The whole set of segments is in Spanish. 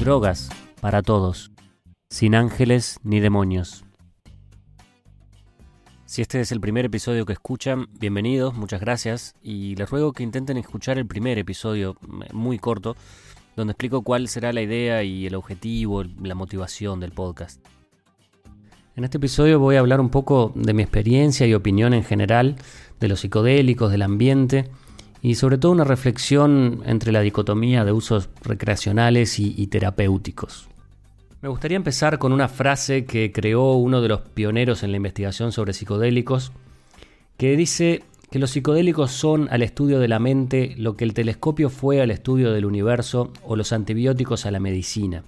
Drogas para todos, sin ángeles ni demonios. Si este es el primer episodio que escuchan, bienvenidos, muchas gracias, y les ruego que intenten escuchar el primer episodio, muy corto, donde explico cuál será la idea y el objetivo, la motivación del podcast. En este episodio voy a hablar un poco de mi experiencia y opinión en general, de los psicodélicos, del ambiente, y sobre todo una reflexión entre la dicotomía de usos recreacionales y terapéuticos. Me gustaría empezar con una frase que creó uno de los pioneros en la investigación sobre psicodélicos, que dice que los psicodélicos son al estudio de la mente lo que el telescopio fue al estudio del universo o los antibióticos a la medicina.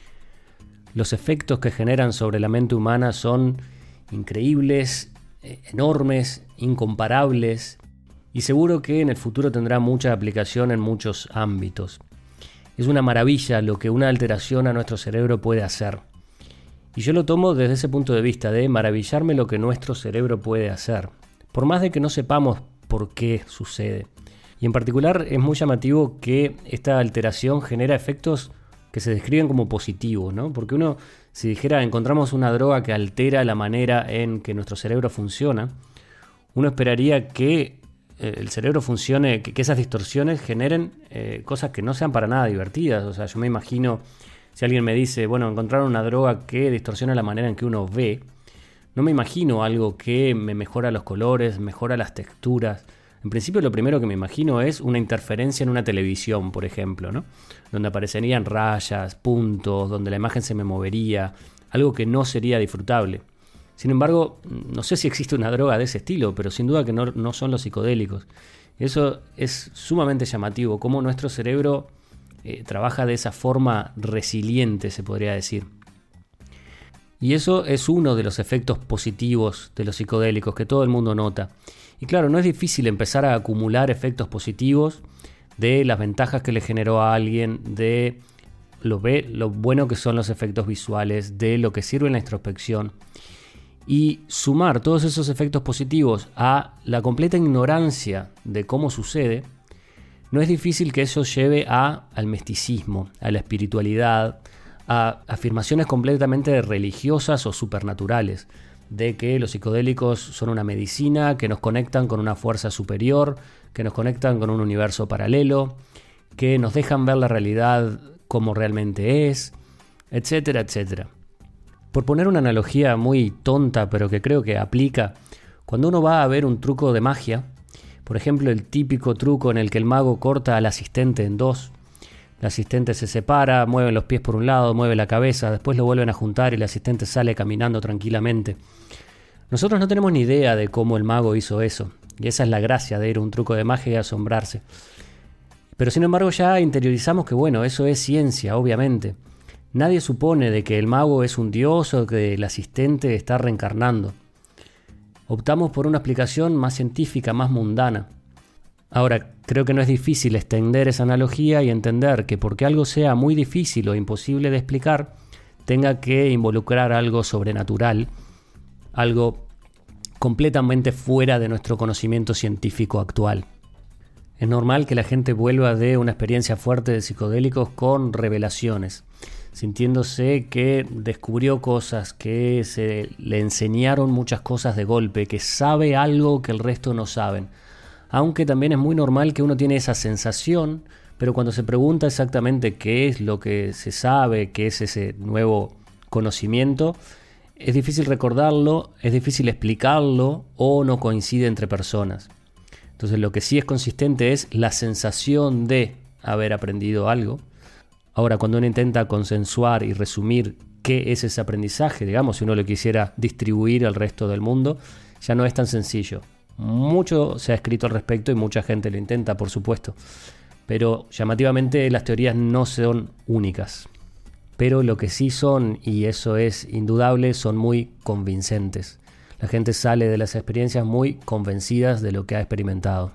Los efectos que generan sobre la mente humana son increíbles, enormes, incomparables, y seguro que en el futuro tendrá mucha aplicación en muchos ámbitos. Es una maravilla lo que una alteración a nuestro cerebro puede hacer. Y yo lo tomo desde ese punto de vista, de maravillarme lo que nuestro cerebro puede hacer, por más de que no sepamos por qué sucede. Y en particular es muy llamativo que esta alteración genera efectos que se describen como positivos, ¿no? Porque uno, si dijera encontramos una droga que altera la manera en que nuestro cerebro funciona, uno esperaría que el cerebro funcione, que esas distorsiones generen cosas que no sean para nada divertidas. O sea, yo me imagino, si alguien me dice, bueno, encontraron una droga que distorsiona la manera en que uno ve, no me imagino algo que me mejora los colores, mejora las texturas. En principio lo primero que me imagino es una interferencia en una televisión, por ejemplo, ¿no? Donde aparecerían rayas, puntos, donde la imagen se me movería, algo que no sería disfrutable. Sin embargo, no sé si existe una droga de ese estilo, pero sin duda que no son los psicodélicos. Eso es sumamente llamativo, cómo nuestro cerebro trabaja de esa forma resiliente, se podría decir. Y eso es uno de los efectos positivos de los psicodélicos que todo el mundo nota. Y claro, no es difícil empezar a acumular efectos positivos de las ventajas que le generó a alguien, de lo bueno que son los efectos visuales, de lo que sirve en la introspección. Y sumar todos esos efectos positivos a la completa ignorancia de cómo sucede, no es difícil que eso lleve al misticismo, a la espiritualidad, a afirmaciones completamente religiosas o supernaturales, de que los psicodélicos son una medicina, que nos conectan con una fuerza superior, que nos conectan con un universo paralelo, que nos dejan ver la realidad como realmente es, etcétera, etcétera. Por poner una analogía muy tonta, pero que creo que aplica, cuando uno va a ver un truco de magia, por ejemplo el típico truco en el que el mago corta al asistente en dos, el asistente se separa, mueve los pies por un lado, mueve la cabeza, después lo vuelven a juntar y el asistente sale caminando tranquilamente. Nosotros no tenemos ni idea de cómo el mago hizo eso, y esa es la gracia de ir a un truco de magia y asombrarse. Pero sin embargo ya interiorizamos que bueno, eso es ciencia, obviamente. Nadie supone de que el mago es un dios o que el asistente está reencarnando. Optamos por una explicación más científica, más mundana. Ahora, creo que no es difícil extender esa analogía y entender que porque algo sea muy difícil o imposible de explicar, tenga que involucrar algo sobrenatural, algo completamente fuera de nuestro conocimiento científico actual. Es normal que la gente vuelva de una experiencia fuerte de psicodélicos con revelaciones, sintiéndose que descubrió cosas, que se le enseñaron muchas cosas de golpe, que sabe algo que el resto no saben. Aunque también es muy normal que uno tiene esa sensación, pero cuando se pregunta exactamente qué es lo que se sabe, qué es ese nuevo conocimiento, es difícil recordarlo, es difícil explicarlo o no coincide entre personas. Entonces lo que sí es consistente es la sensación de haber aprendido algo. Ahora, cuando uno intenta consensuar y resumir qué es ese aprendizaje, digamos, si uno lo quisiera distribuir al resto del mundo, ya no es tan sencillo. Mucho se ha escrito al respecto y mucha gente lo intenta, por supuesto. Pero llamativamente las teorías no son únicas. Pero lo que sí son, y eso es indudable, son muy convincentes. La gente sale de las experiencias muy convencidas de lo que ha experimentado.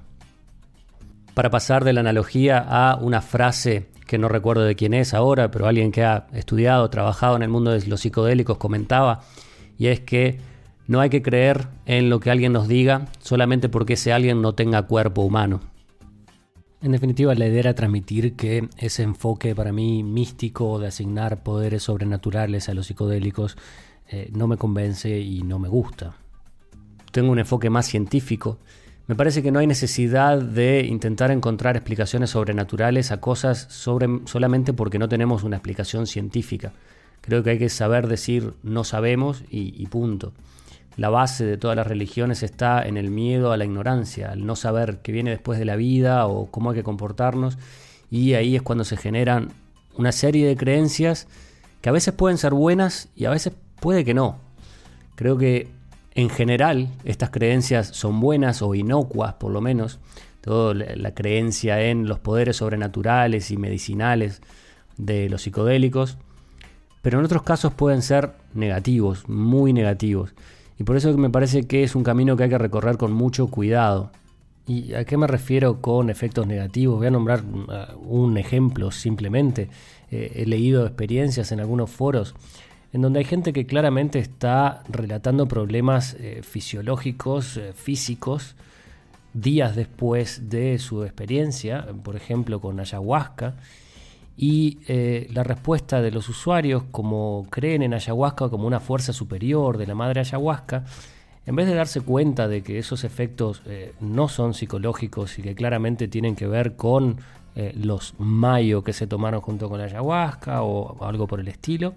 Para pasar de la analogía a una frase que no recuerdo de quién es ahora, pero alguien que ha estudiado, trabajado en el mundo de los psicodélicos comentaba, y es que no hay que creer en lo que alguien nos diga solamente porque ese alguien no tenga cuerpo humano. En definitiva, la idea era transmitir que ese enfoque para mí místico de asignar poderes sobrenaturales a los psicodélicos no me convence y no me gusta. Tengo un enfoque más científico. Me parece que no hay necesidad de intentar encontrar explicaciones sobrenaturales a cosas solamente porque no tenemos una explicación científica. Creo que hay que saber decir no sabemos y punto. La base de todas las religiones está en el miedo a la ignorancia, al no saber qué viene después de la vida o cómo hay que comportarnos, y ahí es cuando se generan una serie de creencias que a veces pueden ser buenas y a veces puede que no. Creo que en general estas creencias son buenas o inocuas, por lo menos. Toda la creencia en los poderes sobrenaturales y medicinales de los psicodélicos, pero en otros casos pueden ser negativos, muy negativos. Y por eso me parece que es un camino que hay que recorrer con mucho cuidado. ¿Y a qué me refiero con efectos negativos? Voy a nombrar un ejemplo simplemente. He leído experiencias en algunos foros en donde hay gente que claramente está relatando problemas fisiológicos, físicos, días después de su experiencia, por ejemplo con ayahuasca. Y la respuesta de los usuarios, como creen en ayahuasca como una fuerza superior de la madre ayahuasca, en vez de darse cuenta de que esos efectos no son psicológicos y que claramente tienen que ver con los mayo que se tomaron junto con la ayahuasca o algo por el estilo,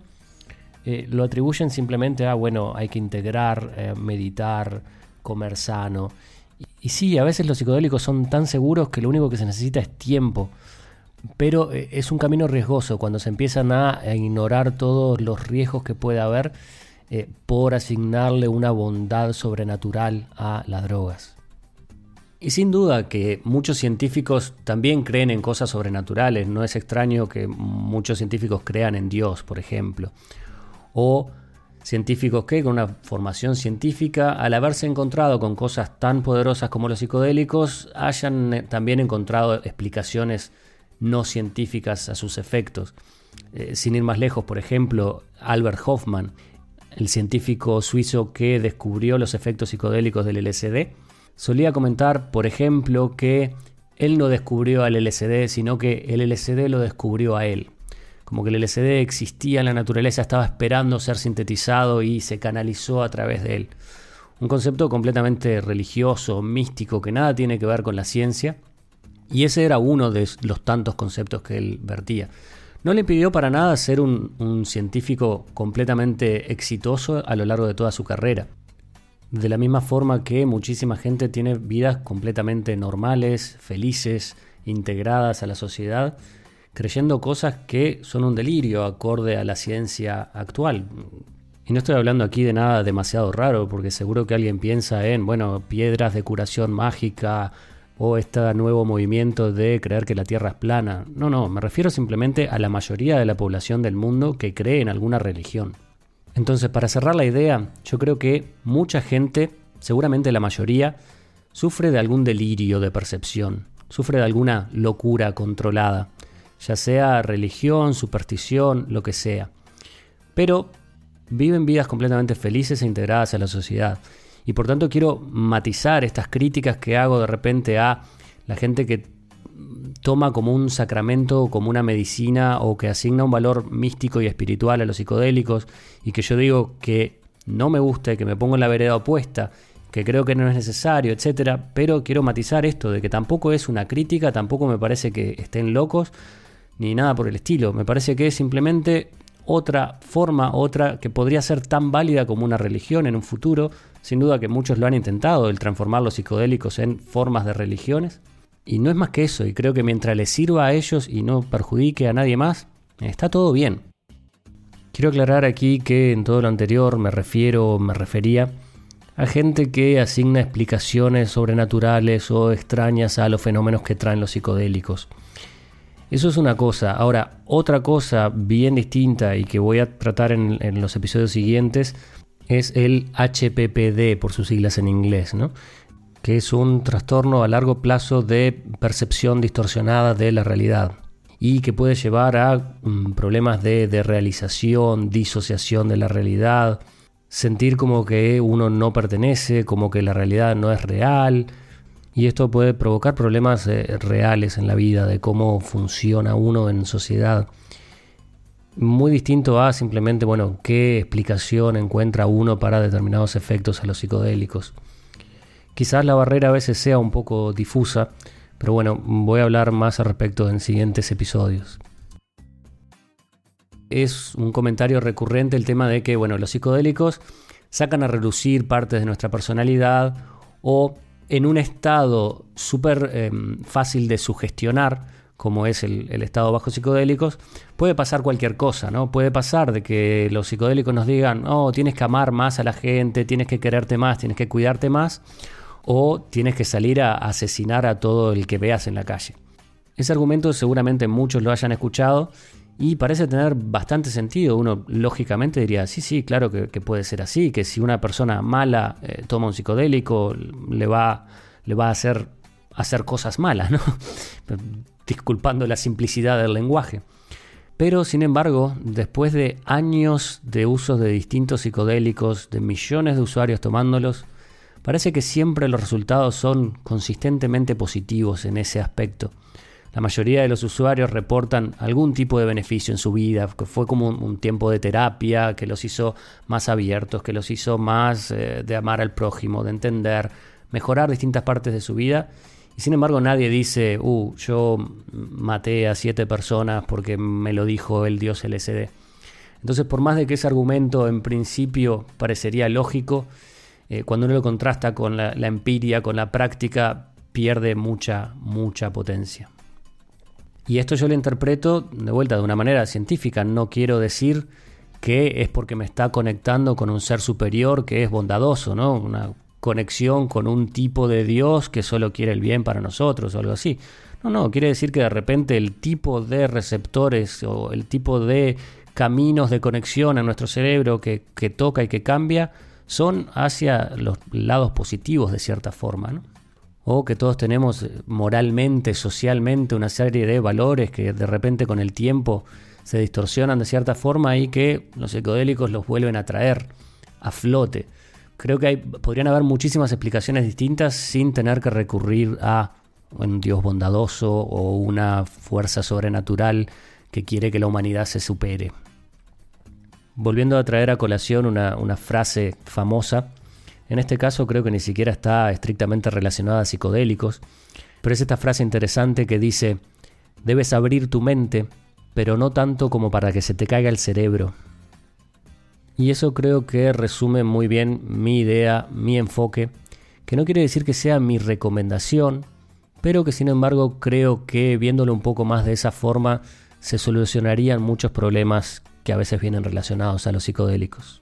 lo atribuyen simplemente a, bueno, hay que integrar, meditar, comer sano. Y sí, a veces los psicodélicos son tan seguros que lo único que se necesita es tiempo. Pero es un camino riesgoso cuando se empiezan a ignorar todos los riesgos que puede haber por asignarle una bondad sobrenatural a las drogas. Y sin duda que muchos científicos también creen en cosas sobrenaturales. No es extraño que muchos científicos crean en Dios, por ejemplo. O científicos que con una formación científica, al haberse encontrado con cosas tan poderosas como los psicodélicos, hayan también encontrado explicaciones no científicas a sus efectos. Sin ir más lejos, por ejemplo, Albert Hofmann, el científico suizo que descubrió los efectos psicodélicos del LSD, solía comentar, por ejemplo, que él no descubrió al LSD, sino que el LSD lo descubrió a él. Como que el LSD existía en la naturaleza, estaba esperando ser sintetizado y se canalizó a través de él. Un concepto completamente religioso, místico, que nada tiene que ver con la ciencia. Y ese era uno de los tantos conceptos que él vertía. No le impidió para nada ser un científico completamente exitoso a lo largo de toda su carrera. De la misma forma que muchísima gente tiene vidas completamente normales, felices, integradas a la sociedad, creyendo cosas que son un delirio acorde a la ciencia actual. Y no estoy hablando aquí de nada demasiado raro, porque seguro que alguien piensa en, piedras de curación mágica, o este nuevo movimiento de creer que la Tierra es plana. No, me refiero simplemente a la mayoría de la población del mundo que cree en alguna religión. Entonces, para cerrar la idea, yo creo que mucha gente, seguramente la mayoría, sufre de algún delirio de percepción, sufre de alguna locura controlada, ya sea religión, superstición, lo que sea. Pero viven vidas completamente felices e integradas a la sociedad. Y por tanto quiero matizar estas críticas que hago de repente a la gente que toma como un sacramento, como una medicina, o que asigna un valor místico y espiritual a los psicodélicos, y que yo digo que no me gusta y que me pongo en la vereda opuesta, que creo que no es necesario, etcétera. Pero quiero matizar esto de que tampoco es una crítica, tampoco me parece que estén locos ni nada por el estilo. Me parece que es simplemente otra forma, otra que podría ser tan válida como una religión en un futuro. Sin duda que muchos lo han intentado, el transformar los psicodélicos en formas de religiones. Y no es más que eso, y creo que mientras les sirva a ellos y no perjudique a nadie más, está todo bien. Quiero aclarar aquí que en todo lo anterior me refería a gente que asigna explicaciones sobrenaturales o extrañas a los fenómenos que traen los psicodélicos. Eso es una cosa. Ahora, otra cosa bien distinta y que voy a tratar en los episodios siguientes es el HPPD, por sus siglas en inglés, ¿no? Que es un trastorno a largo plazo de percepción distorsionada de la realidad y que puede llevar a problemas de realización, disociación de la realidad, sentir como que uno no pertenece, como que la realidad no es real. Y esto puede provocar problemas reales en la vida, de cómo funciona uno en sociedad. Muy distinto a simplemente, qué explicación encuentra uno para determinados efectos a los psicodélicos. Quizás la barrera a veces sea un poco difusa, pero voy a hablar más al respecto en siguientes episodios. Es un comentario recurrente el tema de que, los psicodélicos sacan a relucir partes de nuestra personalidad o en un estado súper fácil de sugestionar, como es el estado bajo psicodélicos, puede pasar cualquier cosa, ¿no? Puede pasar de que los psicodélicos nos digan, tienes que amar más a la gente, tienes que quererte más, tienes que cuidarte más, o tienes que salir a asesinar a todo el que veas en la calle. Ese argumento seguramente muchos lo hayan escuchado y parece tener bastante sentido. Uno lógicamente diría, sí, claro que puede ser así, que si una persona mala toma un psicodélico le va a hacer cosas malas, ¿no? Disculpando la simplicidad del lenguaje. Pero sin embargo, después de años de usos de distintos psicodélicos, de millones de usuarios tomándolos, parece que siempre los resultados son consistentemente positivos en ese aspecto. La mayoría de los usuarios reportan algún tipo de beneficio en su vida, que fue como un tiempo de terapia, que los hizo más abiertos, que los hizo más de amar al prójimo, de entender, mejorar distintas partes de su vida. Y sin embargo nadie dice, yo maté a 7 personas porque me lo dijo el dios LSD. Entonces, por más de que ese argumento en principio parecería lógico, cuando uno lo contrasta con la empiria, con la práctica, pierde mucha potencia. Y esto yo lo interpreto de vuelta de una manera científica. No quiero decir que es porque me está conectando con un ser superior que es bondadoso, ¿no? Una conexión con un tipo de Dios que solo quiere el bien para nosotros o algo así. No, quiere decir que de repente el tipo de receptores o el tipo de caminos de conexión en nuestro cerebro que toca y que cambia son hacia los lados positivos de cierta forma, ¿no? O que todos tenemos moralmente, socialmente una serie de valores que de repente con el tiempo se distorsionan de cierta forma y que los psicodélicos los vuelven a traer a flote. Creo que podrían haber muchísimas explicaciones distintas sin tener que recurrir a un Dios bondadoso o una fuerza sobrenatural que quiere que la humanidad se supere. Volviendo a traer a colación una frase famosa, en este caso creo que ni siquiera está estrictamente relacionada a psicodélicos, pero es esta frase interesante que dice: debes abrir tu mente, pero no tanto como para que se te caiga el cerebro. Y eso creo que resume muy bien mi idea, mi enfoque, que no quiere decir que sea mi recomendación, pero que sin embargo creo que viéndolo un poco más de esa forma se solucionarían muchos problemas que a veces vienen relacionados a los psicodélicos.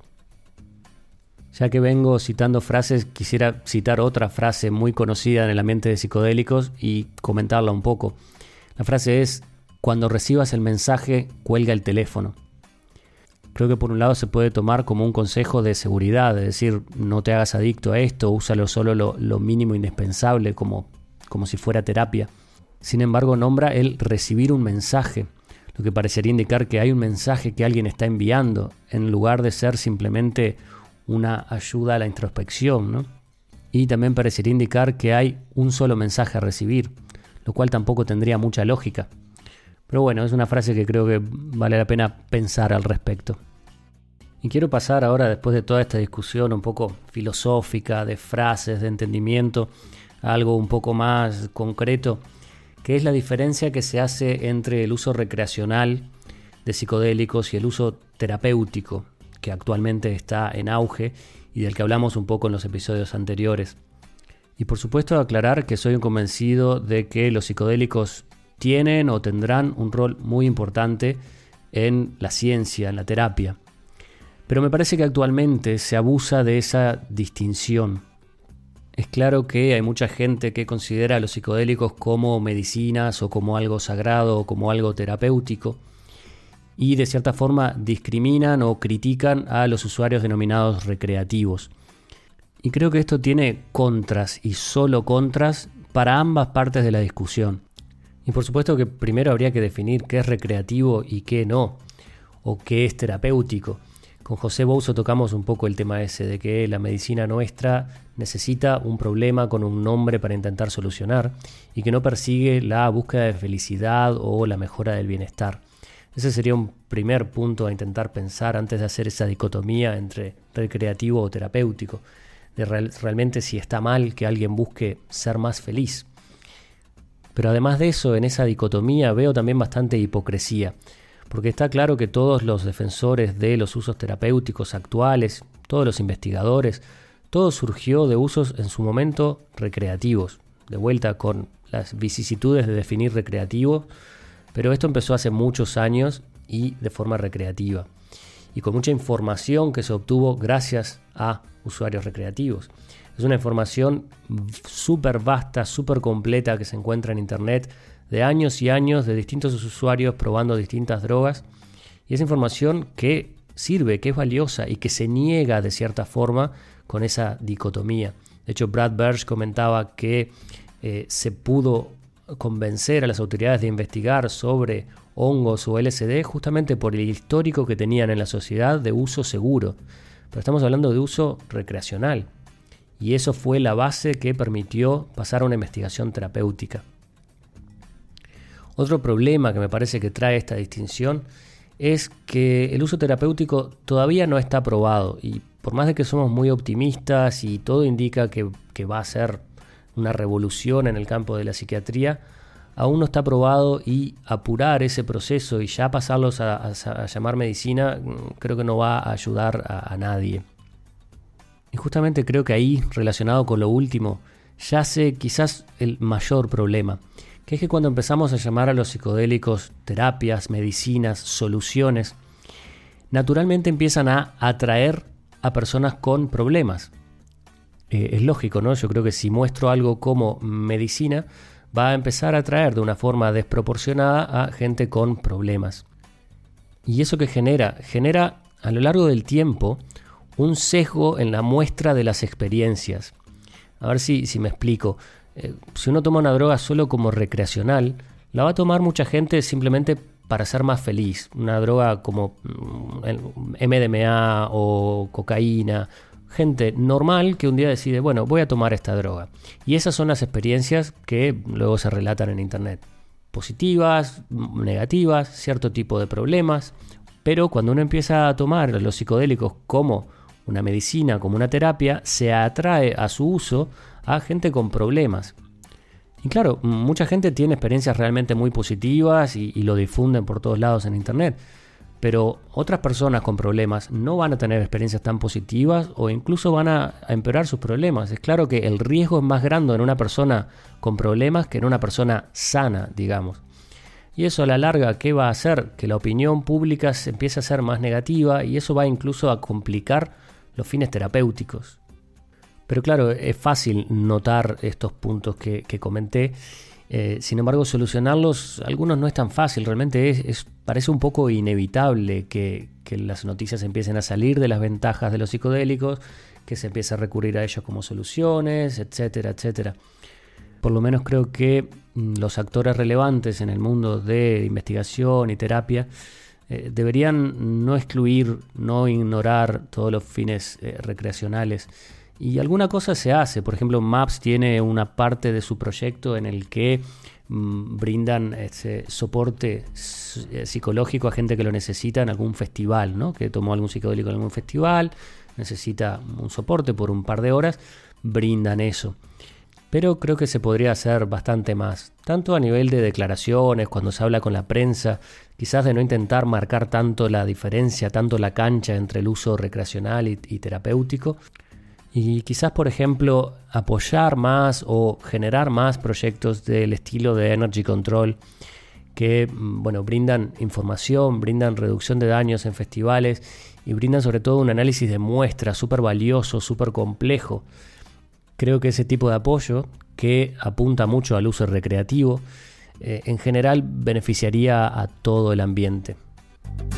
Ya que vengo citando frases, quisiera citar otra frase muy conocida en el ambiente de psicodélicos y comentarla un poco. La frase es: cuando recibas el mensaje, cuelga el teléfono. Creo que por un lado se puede tomar como un consejo de seguridad, es decir, no te hagas adicto a esto, úsalo solo lo mínimo indispensable como si fuera terapia. Sin embargo, nombra el recibir un mensaje, lo que parecería indicar que hay un mensaje que alguien está enviando, en lugar de ser simplemente una ayuda a la introspección, ¿no? Y también parecería indicar que hay un solo mensaje a recibir, lo cual tampoco tendría mucha lógica. Pero bueno, es una frase que creo que vale la pena pensar al respecto. Y quiero pasar ahora, después de toda esta discusión un poco filosófica, de frases, de entendimiento, a algo un poco más concreto, que es la diferencia que se hace entre el uso recreacional de psicodélicos y el uso terapéutico, que actualmente está en auge y del que hablamos un poco en los episodios anteriores. Y por supuesto aclarar que soy un convencido de que los psicodélicos tienen o tendrán un rol muy importante en la ciencia, en la terapia. Pero me parece que actualmente se abusa de esa distinción. Es claro que hay mucha gente que considera a los psicodélicos como medicinas o como algo sagrado o como algo terapéutico y de cierta forma discriminan o critican a los usuarios denominados recreativos. Y creo que esto tiene contras y solo contras para ambas partes de la discusión. Y por supuesto que primero habría que definir qué es recreativo y qué no, o qué es terapéutico. Con José Bouso tocamos un poco el tema ese de que la medicina nuestra necesita un problema con un nombre para intentar solucionar y que no persigue la búsqueda de felicidad o la mejora del bienestar. Ese sería un primer punto a intentar pensar antes de hacer esa dicotomía entre recreativo o terapéutico, de realmente si está mal que alguien busque ser más feliz. Pero además de eso, en esa dicotomía veo también bastante hipocresía, porque está claro que todos los defensores de los usos terapéuticos actuales, todos los investigadores, todo surgió de usos en su momento recreativos, de vuelta con las vicisitudes de definir recreativo, pero esto empezó hace muchos años y de forma recreativa, y con mucha información que se obtuvo gracias a usuarios recreativos. Es una información súper vasta, súper completa que se encuentra en internet de años y años de distintos usuarios probando distintas drogas, y es información que sirve, que es valiosa y que se niega de cierta forma con esa dicotomía. De hecho, Brad Birch comentaba que se pudo convencer a las autoridades de investigar sobre hongos o LSD justamente por el histórico que tenían en la sociedad de uso seguro. Pero estamos hablando de uso recreacional, y eso fue la base que permitió pasar a una investigación terapéutica. Otro problema que me parece que trae esta distinción es que el uso terapéutico todavía no está probado, y por más de que somos muy optimistas y todo indica que va a ser una revolución en el campo de la psiquiatría, aún no está probado, y apurar ese proceso y ya pasarlos a llamar medicina creo que no va a ayudar a nadie. Y justamente creo que ahí, relacionado con lo último, yace quizás el mayor problema, que es que cuando empezamos a llamar a los psicodélicos terapias, medicinas, soluciones, naturalmente empiezan a atraer a personas con problemas. Es lógico, ¿no? Yo creo que si muestro algo como medicina, va a empezar a atraer de una forma desproporcionada a gente con problemas. ¿Y eso que genera? Genera a lo largo del tiempo un sesgo en la muestra de las experiencias. A ver si me explico. Si uno toma una droga solo como recreacional, la va a tomar mucha gente simplemente para ser más feliz. Una droga como MDMA o cocaína. Gente normal que un día decide, bueno, voy a tomar esta droga. Y esas son las experiencias que luego se relatan en internet. Positivas, negativas, cierto tipo de problemas. Pero cuando uno empieza a tomar los psicodélicos como una medicina, como una terapia, se atrae a su uso a gente con problemas. Y claro, mucha gente tiene experiencias realmente muy positivas y lo difunden por todos lados en internet. Pero otras personas con problemas no van a tener experiencias tan positivas o incluso van a empeorar sus problemas. Es claro que el riesgo es más grande en una persona con problemas que en una persona sana, digamos. Y eso a la larga, ¿qué va a hacer? Que la opinión pública se empiece a ser más negativa, y eso va incluso a complicar los fines terapéuticos. Pero claro, es fácil notar estos puntos que comenté. Sin embargo, solucionarlos, algunos no es tan fácil. Realmente parece un poco inevitable que las noticias empiecen a salir de las ventajas de los psicodélicos, que se empiece a recurrir a ellos como soluciones, etcétera, etcétera. Por lo menos creo que los actores relevantes en el mundo de investigación y terapia deberían no excluir, no ignorar todos los fines recreacionales. Y alguna cosa se hace. Por ejemplo, MAPS tiene una parte de su proyecto en el que brindan soporte psicológico a gente que lo necesita en algún festival, ¿no? Que tomó algún psicodélico en algún festival, necesita un soporte por un par de horas, brindan eso. Pero creo que se podría hacer bastante más, tanto a nivel de declaraciones, cuando se habla con la prensa, quizás de no intentar marcar tanto la diferencia, tanto la cancha entre el uso recreacional y terapéutico. Y quizás, por ejemplo, apoyar más o generar más proyectos del estilo de Energy Control que, brindan información, brindan reducción de daños en festivales y brindan sobre todo un análisis de muestras súper valioso, súper complejo. Creo que ese tipo de apoyo, que apunta mucho al uso recreativo, en general beneficiaría a todo el ambiente.